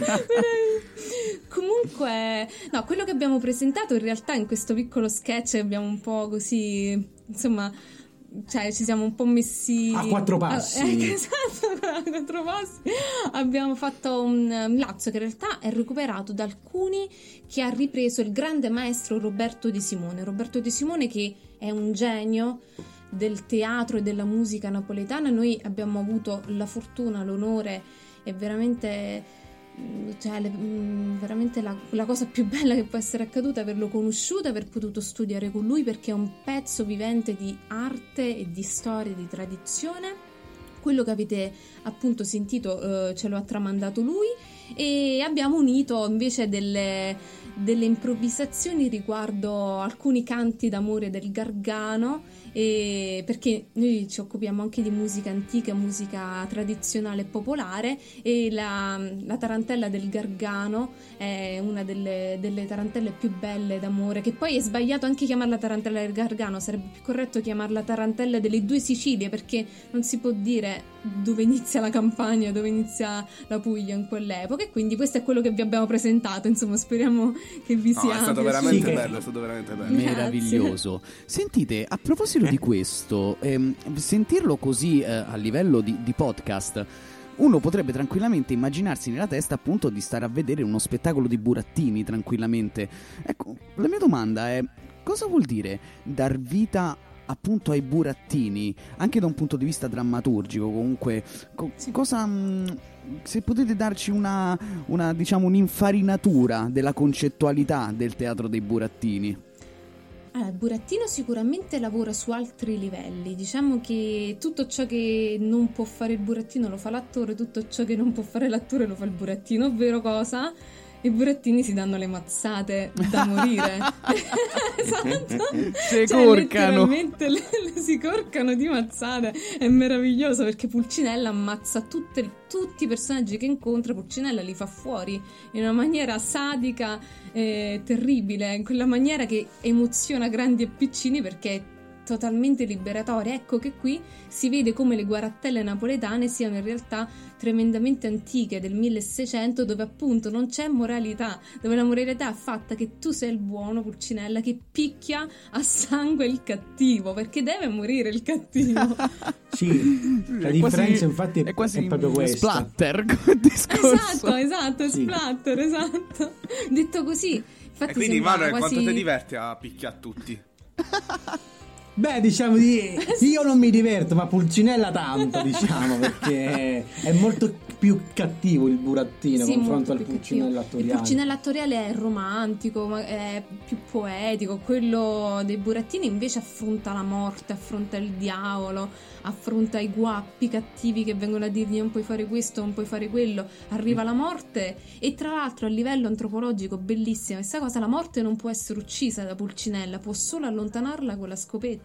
Comunque, no, quello che abbiamo presentato in realtà in questo piccolo sketch abbiamo un po' così, insomma, cioè ci siamo un po' messi a 4 passi. Esatto, a 4 passi. Abbiamo fatto un lazzo che in realtà è recuperato da alcuni che ha ripreso il grande maestro Roberto De Simone. Roberto De Simone, che è un genio del teatro e della musica napoletana. Noi abbiamo avuto la fortuna, l'onore e veramente, cioè, veramente la cosa più bella che può essere accaduta è averlo conosciuto, aver potuto studiare con lui, perché è un pezzo vivente di arte e di storia, di tradizione. Quello che avete appunto sentito ce lo ha tramandato lui, e abbiamo unito invece delle improvvisazioni riguardo alcuni canti d'amore del Gargano, perché noi ci occupiamo anche di musica antica, musica tradizionale e popolare, e la tarantella del Gargano è una delle tarantelle più belle d'amore, che poi è sbagliato anche chiamarla tarantella del Gargano, sarebbe più corretto chiamarla tarantella delle 2 Sicilie, perché non si può dire dove inizia la Campania, dove inizia la Puglia in quell'epoca, e quindi questo è quello che vi abbiamo presentato, insomma speriamo che vi sia è stato veramente bello, è stato veramente bello. Meraviglioso. Sentite, a proposito di questo, sentirlo così a livello di podcast, uno potrebbe tranquillamente immaginarsi nella testa appunto di stare a vedere uno spettacolo di burattini tranquillamente. Ecco, la mia domanda è: cosa vuol dire dar vita appunto ai burattini, anche da un punto di vista drammaturgico? Comunque cosa, se potete darci una diciamo un'infarinatura della concettualità del teatro dei burattini. Allora, il burattino sicuramente lavora su altri livelli, diciamo che tutto ciò che non può fare il burattino lo fa l'attore, tutto ciò che non può fare l'attore lo fa il burattino, ovvero cosa? I burattini si danno le mazzate da morire. Esatto. Si corcano. Letteralmente si corcano di mazzate. È meraviglioso perché Pulcinella ammazza tutti i personaggi che incontra. Pulcinella li fa fuori in una maniera sadica, terribile, in quella maniera che emoziona grandi e piccini perché è totalmente liberatoria. Ecco che qui si vede come le guarattelle napoletane siano in realtà tremendamente antiche, del 1600, dove appunto non c'è moralità, dove la moralità è fatta che tu sei il buono, Pulcinella, che picchia a sangue il cattivo, perché deve morire il cattivo. Sì, la differenza infatti è quasi proprio questa. Splatter come discorso. Esatto, sì. Splatter, esatto. Detto così, infatti E quindi Manuel, quasi... quanto ti diverti a picchiare tutti? Beh, diciamo io non mi diverto, ma Pulcinella tanto, diciamo, perché è molto più cattivo il burattino confronto al Pulcinella attoriale. Il Pulcinella attoriale è romantico, è più poetico, quello dei burattini invece affronta la morte, affronta il diavolo, affronta i guappi cattivi che vengono a dirgli non puoi fare questo, non puoi fare quello, arriva la morte. E tra l'altro a livello antropologico bellissima questa cosa, la morte non può essere uccisa da Pulcinella, può solo allontanarla con la scopetta.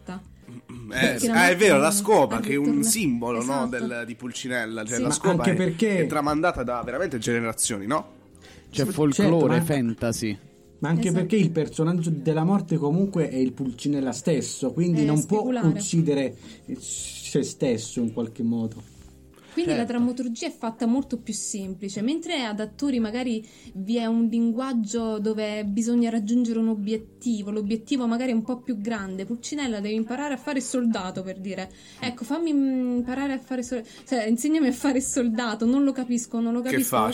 È vero, la scopa che è un simbolo, esatto, no, di Pulcinella, cioè la scopa anche perché è tramandata da veramente generazioni, no? C'è folklore, certo, fantasy. Ma anche perché il personaggio della morte comunque è il Pulcinella stesso, quindi non può uccidere se stesso in qualche modo. Quindi la drammaturgia è fatta molto più semplice, mentre ad attori magari vi è un linguaggio dove bisogna raggiungere un obiettivo, l'obiettivo magari è un po' più grande. Pulcinella deve imparare a fare soldato, per dire, ecco, fammi imparare a fare cioè insegnami a fare soldato, non lo capisco, non lo capisco.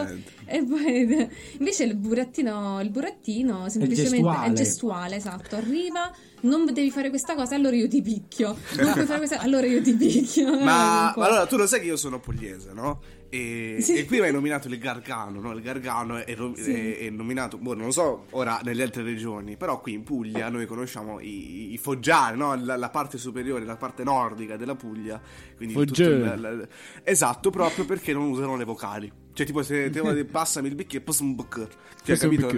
E poi invece il burattino semplicemente è gestuale, esatto, arriva, non devi fare questa cosa, allora io ti picchio, non puoi fare questa, allora io ti picchio. Ma allora tu lo sai che io sono pugliese, no? E qui hai nominato il Gargano, no? Il Gargano è nominato, non lo so ora nelle altre regioni, però qui in Puglia noi conosciamo i foggiani, no? La parte superiore, la parte nordica della Puglia, quindi esatto, proprio perché non usano le vocali. Cioè tipo se te passami il bicchiere, posso un bicchiere, cioè capito?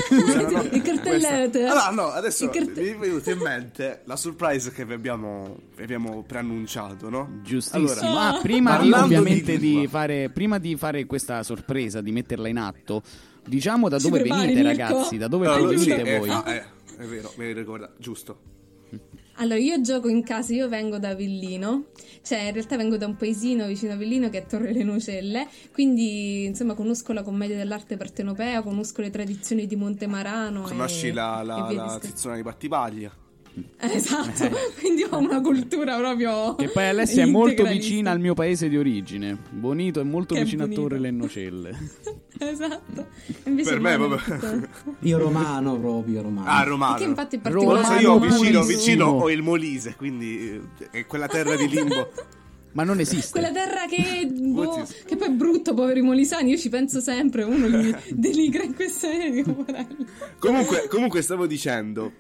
Il cartellette. Allora no, adesso mi è venuta in mente la surprise che vi abbiamo preannunciato, no? Giustissimo. Allora, prima di ovviamente prima di fare questa sorpresa, di metterla in atto, diciamo da dove venite, ragazzi, da dove venite voi? È vero, mi ricorda, giusto. Allora, io gioco in casa, io vengo da Avellino, cioè in realtà vengo da un paesino vicino a Avellino che è Torre le Nocelle, quindi insomma conosco la commedia dell'arte partenopea, conosco le tradizioni di Montemarano. Conosci la zizzona di Battipaglia. Esatto, quindi ho una cultura proprio. Che poi Alessia è molto vicina al mio paese di origine. Bonito è molto vicino a Torre le Nocelle. Esatto. Invece per me proprio. Io romano proprio, romano. Ah, romano. Che infatti è particolare. Io vicino ho il Molise, quindi è quella terra di limbo. Ma non esiste. Quella terra che poi è brutto, poveri molisani. Io ci penso sempre, uno li denigra in questa Comunque stavo dicendo,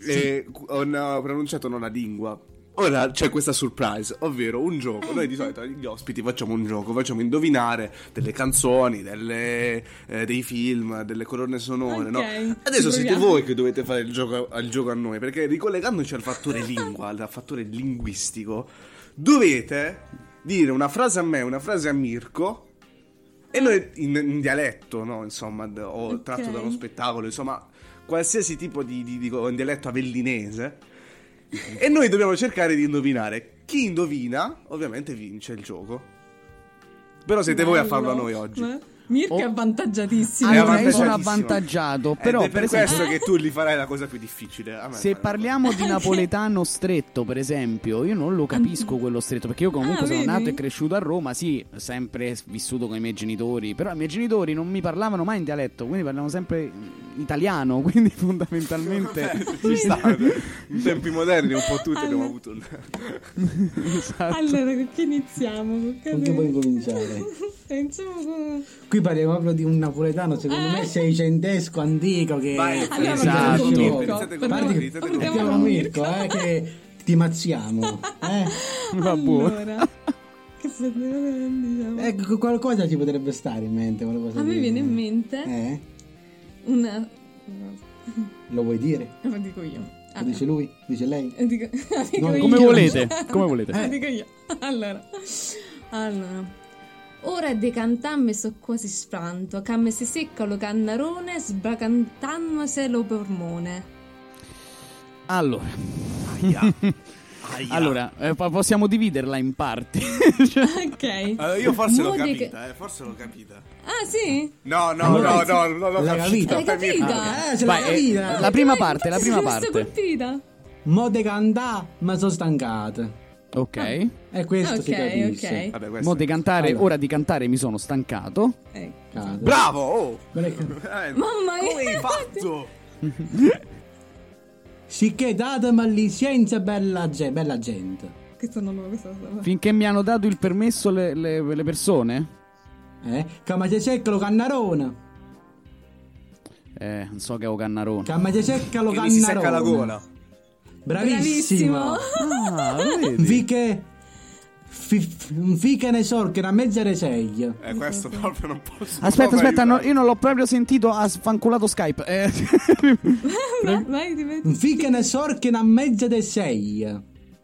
ho pronunciato non la lingua. Ora c'è questa surprise, ovvero un gioco. Noi di solito agli ospiti facciamo un gioco, facciamo indovinare delle canzoni, dei film, delle colonne sonore, no? Adesso siete voi che dovete fare il gioco a noi, perché ricollegandoci al fattore lingua, al fattore linguistico, dovete dire una frase a me, una frase a Mirko, e noi in dialetto, no? Insomma, o tratto da uno spettacolo, insomma, qualsiasi tipo di dialetto avellinese. E noi dobbiamo cercare di indovinare Chi indovina, ovviamente vince il gioco. Però siete voi a farlo a noi oggi. Mirko è avvantaggiatissimo. Allora, io sono avvantaggiato, però ed è per questo che tu gli farai la cosa più difficile. Se parliamo di napoletano stretto, per esempio, io non lo capisco quello stretto, perché io comunque sono nato e cresciuto a Roma, sì, sempre vissuto con i miei genitori, però i miei genitori non mi parlavano mai in dialetto, quindi parlavano sempre italiano, quindi fondamentalmente ci sta. In tempi moderni un po' tutti abbiamo avuto un... Esatto. Allora, che iniziamo? Con che vuoi cominciare? Qui parliamo proprio di un napoletano, secondo me seicentesco, antico, che... Vai, esatto. Partiamo con Mirko, che ti mazziamo. Va buono. Allora, che diciamo? Ecco, qualcosa ci potrebbe stare in mente. A me viene in mente una... Lo vuoi dire? Lo dico io. Lo dice lui? Dice lei? Dico no, io. Come volete? Come volete? Lo dico io. Allora. Ora de cantamme so quasi sfranto, camme si secca lo cannarone, sbracantanno se lo pormone. Allora. Aia. Allora, possiamo dividerla in parti. Ok. Io forse l'ho capita, Ah, sì? No, l'ho capita. L'hai capita? Capita. La prima parte. Colpita. Mo de cantà, ma sono stancata. Ok. E questo si capisce. Ok. Vabbè, Mo di cantare, ora di cantare mi sono stancato. Bravo! Oh. Mamma mia! Come hai fatto? Sicché datemi licenza bella gente. Questo non lo so. Finché mi hanno dato il permesso le persone? Come c'è secca lo cannarone. Non so che ho cannarone. Come c'è secca lo Che cannarone. mi si secca la gola. Bravissimo. Vedi? Fica ne sorche una mezza reseglia. Questo proprio non posso. Aspetta, no, io non l'ho proprio sentito. Ha sfanculato Skype. Vai, ripeti. Fica ne sorche una mezza de sei.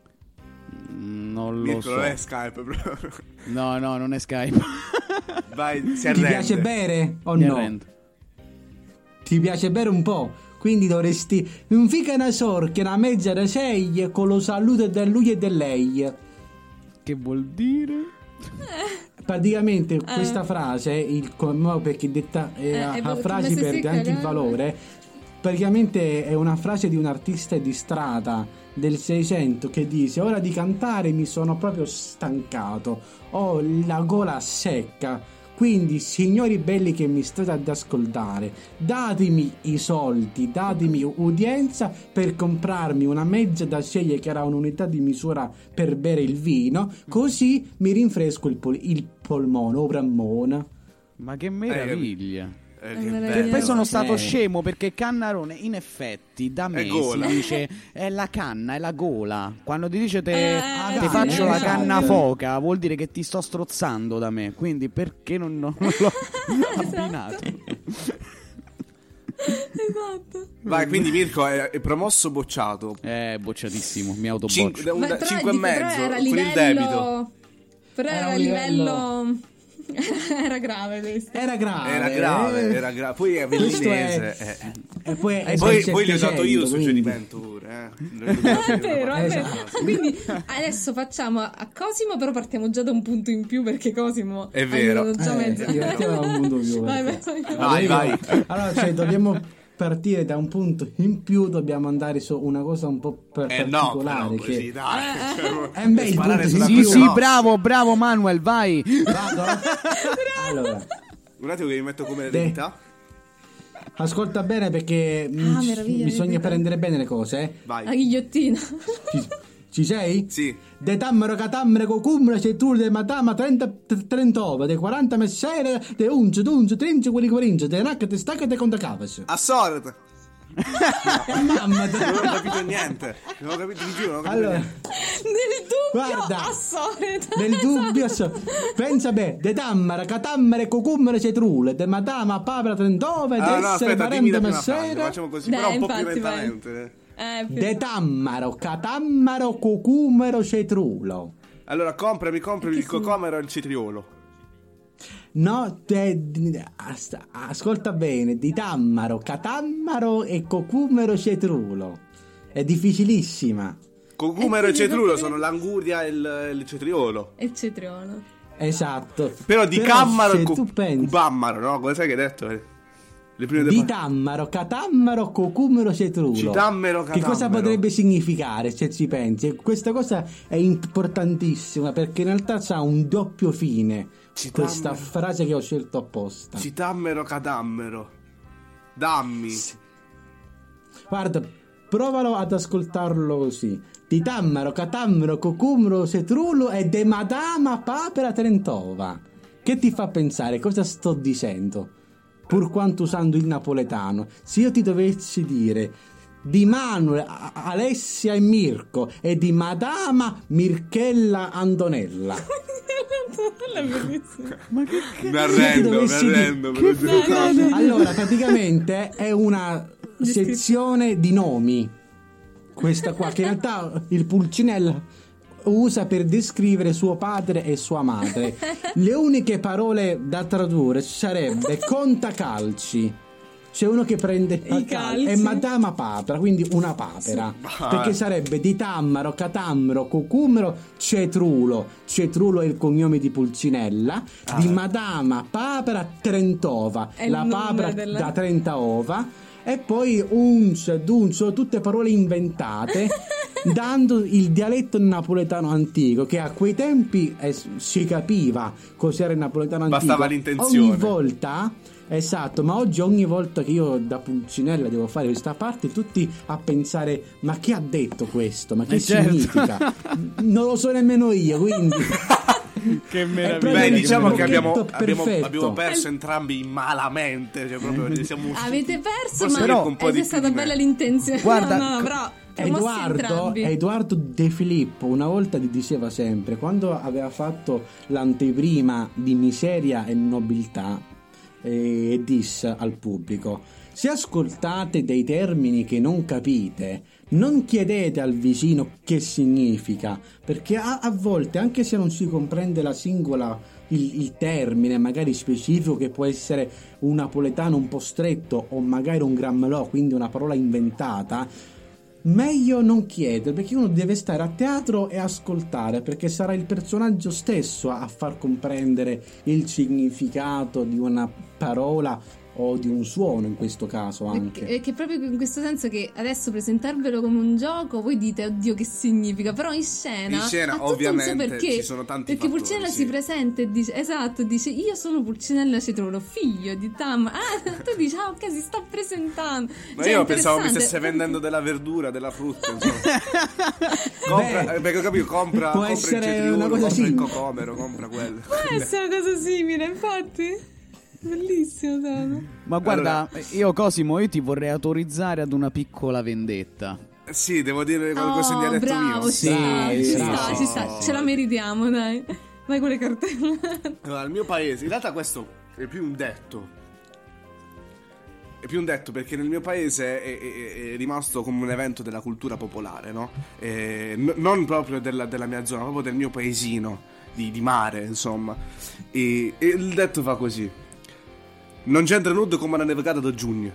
Non lo so. Non è Skype proprio. No, non è Skype. Vai, si Ti arrende. piace bere o Mi no? arrendo. Ti piace bere un po'? Quindi dovresti un fica una sorche una mezza de sei con lo saluto di lui e di lei. Che vuol dire? Praticamente questa frase, perché detta a frasi perde anche il valore, praticamente è una frase di un artista di strada del 600 che dice: ora di cantare mi sono proprio stancato, ho la gola secca, quindi signori belli che mi state ad ascoltare, datemi i soldi, datemi udienza per comprarmi una mezza da sceglie che era un'unità di misura per bere il vino, così mi rinfresco il polmone o brammone. Ma che meraviglia. Che poi sono stato scemo, perché cannarone in effetti da me si dice è la canna, è la gola. Quando ti dice ti faccio la canna foca, vuol dire che ti sto strozzando da me, quindi perché non l'ho abbinato? Esatto. Vai, quindi Mirko è promosso bocciato. Bocciatissimo, mi autoboccio. 5,5 era con il debito. Però era a livello... Era grave questo. Era grave. Poi è bellinese. E poi gli ho dato io il suggerimento pure. È vero. Quindi adesso facciamo a Cosimo, però partiamo già da un punto in più, perché Cosimo è vero. Già mezzo. Un punto più. Vai. Allora, dobbiamo partire da un punto in più, dobbiamo andare su una cosa un po' particolare. No, così, dai. È un bel punto in Sì, più. sì, bravo Manuel, vai. Vado. Allora, un attimo che mi metto come verità. Ascolta bene, perché bisogna prendere bene le cose. Vai. La ghigliottina. Ci sei? Sì. De tammero catamere cocumere c'è tu de matama 30 de 40 messere de 11 30 quelli corinci de nacca te stacca te conta cavas. A sorte. Mamma, non ho capito niente. Non ho capito di più, allora, nel dubbio, guarda, a solito. Nel dubbio, pensa bene, de tammere catamere cocumere c'è trule de matama papera 39 de essere 40 messere. Facciamo così, però un po' più lentamente. De tammaro, catammaro, cocumero, cetrulo. Allora mi compri il cocomero e il cetriolo. No, ascolta bene, di tammaro, catammaro e cocumero, cetrulo. È difficilissima. Cocumero e cetriolo sono l'anguria e il cetriolo. E il cetriolo. Esatto. Però di cammaro e tu pensi cubammaro, no? Cosa sai che hai detto? Di tammaro, catammaro, cocumero, cetriolo. Citammero, che cosa potrebbe significare se ci pensi? Questa cosa è importantissima perché in realtà ha un doppio fine. Questa frase che ho scelto apposta. Citammero, catammero. Dammi. Guarda, provalo ad ascoltarlo così. Di tammaro, catammaro, cocumero, cetriolo e de madama papera trentova. Che ti fa pensare? Cosa sto dicendo? Pur quanto usando il napoletano, se io ti dovessi dire di Manuel, Alessia e Mirko e di Madama Mirchella Antonella. Ma che mi arrendo. Allora, praticamente è una sezione di nomi. Questa qua, che in realtà il Pulcinella usa per descrivere suo padre e sua madre. Le uniche parole da tradurre sarebbe contacalci. C'è uno che prende i calci e madama papera, quindi una papera, perché sarebbe di tammaro, catammaro, cocumero, cetrulo. Cetrulo è il cognome di Pulcinella. Di madama papera trentova, è la papera da 30 ova. E poi unce, dunzo, tutte parole inventate, dando il dialetto napoletano antico, che a quei tempi si capiva cos'era il napoletano antico. Bastava l'intenzione. Ogni volta, esatto, ma oggi ogni volta che io da Pulcinella devo fare questa parte, tutti a pensare, ma chi ha detto questo? Ma che significa? Non lo so nemmeno io, quindi... Che meraviglia. Beh, diciamo che abbiamo perso entrambi malamente, cioè proprio siamo usciti. Avete perso, ma è stata bella l'intenzione. Guarda, no, però Edoardo De Filippo una volta ti diceva sempre, quando aveva fatto l'anteprima di Miseria e Nobiltà, e disse al pubblico: se ascoltate dei termini che non capite, non chiedete al vicino che significa, perché a volte, anche se non si comprende la singola, il termine magari specifico, che può essere un napoletano un po' stretto o magari un grammelò, quindi una parola inventata, meglio non chiedere, perché uno deve stare a teatro e ascoltare, perché sarà il personaggio stesso a far comprendere il significato di una parola o di un suono, in questo caso anche. E che proprio in questo senso, che adesso presentarvelo come un gioco, voi dite oddio che significa, però in scena ovviamente perché, ci sono tanti perché fattori, Pulcinella si presenta e dice, esatto, dice io sono Pulcinella Cetriolo, figlio di Tam. Tu dici ok, si sta presentando. Ma io pensavo mi stesse vendendo della verdura, della frutta, perché ho capito, compra può il cetriolo, una cosa compra il cocomero, compra quello. Può essere una cosa simile, infatti. Bellissimo, Tano. Ma guarda, io Cosimo, io ti vorrei autorizzare ad una piccola vendetta. Sì, devo dire qualcosa in dialetto bravo, mio. Ci sta, ce la meritiamo, dai. Vai con le cartelle. Allora, il mio paese, in realtà questo è più un detto. È più un detto perché nel mio paese è rimasto come un evento della cultura popolare, no? Non proprio della mia zona, proprio del mio paesino di mare, insomma. E il detto fa così: non c'entra nudo come una nevicata da giugno.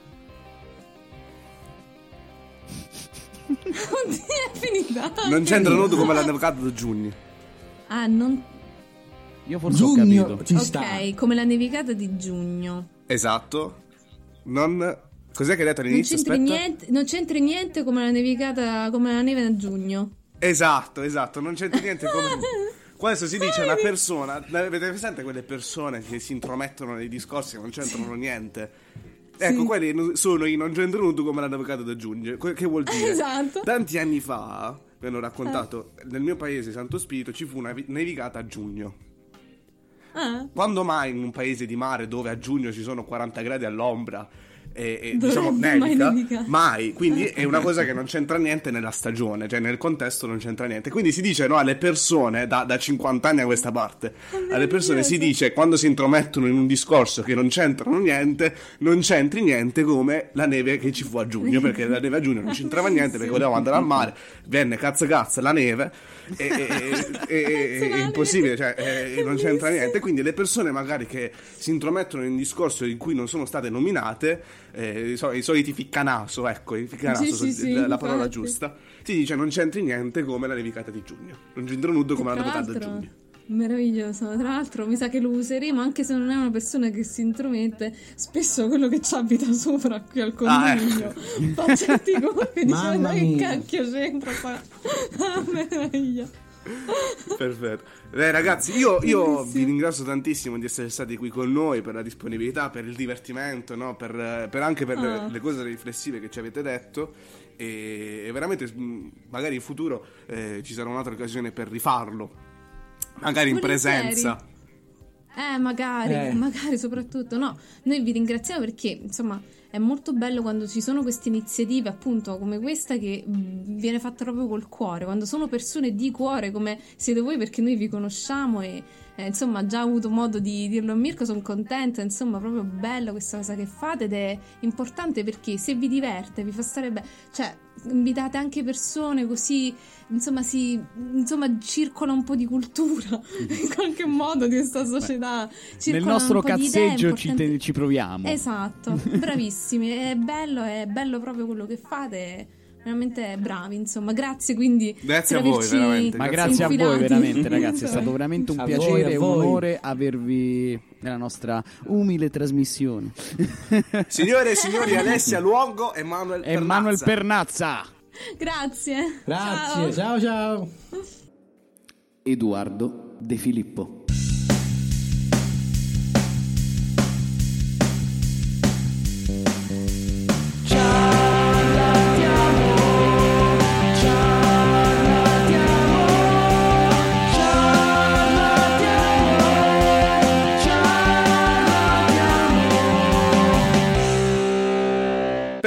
Oddio, è finita. Non c'entra nudo come la nevicata da giugno. Ah, non... Io forse ho capito. Ci ok, sta. come la nevicata di giugno. Esatto. Non... Cos'è che hai detto all'inizio? Non c'entri niente come la nevicata, come la neve a giugno. Esatto, non c'entra niente come... Questo si dice a una persona. Avete presente quelle persone che si intromettono nei discorsi e non c'entrano niente? Ecco, sì. Quelli sono i non c'entrano nudo come la nevicata da giugno. Che vuol dire? Esatto. Tanti anni fa, mi hanno raccontato, nel mio paese, Santo Spirito, ci fu una nevicata a giugno. Quando mai in un paese di mare dove a giugno ci sono 40 gradi all'ombra e diciamo nevica? Mai. Quindi è una cosa che non c'entra niente nella stagione, cioè nel contesto non c'entra niente. Quindi si dice, no, alle persone da 50 anni a questa parte, alle persone si dice, quando si intromettono in un discorso che non c'entrano niente, non c'entri niente come la neve che ci fu a giugno, perché la neve a giugno non c'entrava niente, perché volevamo andare al mare, venne cazzo la neve è impossibile, cioè non c'entra niente. Quindi le persone magari che si intromettono in un discorso in cui non sono state nominate i soliti ficcanaso, ecco, il ficcanaso la parola giusta. Si dice non c'entri niente come la nevicata di giugno, non c'entro nudo come la nevicata di giugno. Meraviglioso, tra l'altro mi sa che lo useremo anche se non è una persona che si intromette. Spesso quello che ci abita sopra qui al condominio fa certi colpi e dice ma che cacchio c'entra qua. Meraviglia. Perfetto. Ragazzi, io vi ringrazio tantissimo di essere stati qui con noi, per la disponibilità, per il divertimento, no? per anche per le cose riflessive che ci avete detto, e veramente magari in futuro ci sarà un'altra occasione per rifarlo, magari in presenza. Magari soprattutto. No, noi vi ringraziamo perché insomma è molto bello quando ci sono queste iniziative appunto come questa che viene fatta proprio col cuore, quando sono persone di cuore come siete voi, perché noi vi conosciamo e insomma già ho avuto modo di dirlo a Mirko, sono contenta, insomma proprio bello questa cosa che fate, ed è importante perché se vi diverte, vi fa stare bene, cioè invitate anche persone così, insomma circola un po' di cultura in qualche modo di questa società. Nel nostro cazzeggio ci proviamo. Esatto, bravissimi, è bello proprio quello che fate, veramente bravi, insomma. Grazie quindi grazie a voi veramente. Ma grazie a voi veramente, ragazzi, è stato veramente un piacere e un onore avervi nella nostra umile trasmissione. Signore e signori, Alessia Luongo e Manuel Pernazza. Grazie. Ciao. Edoardo De Filippo.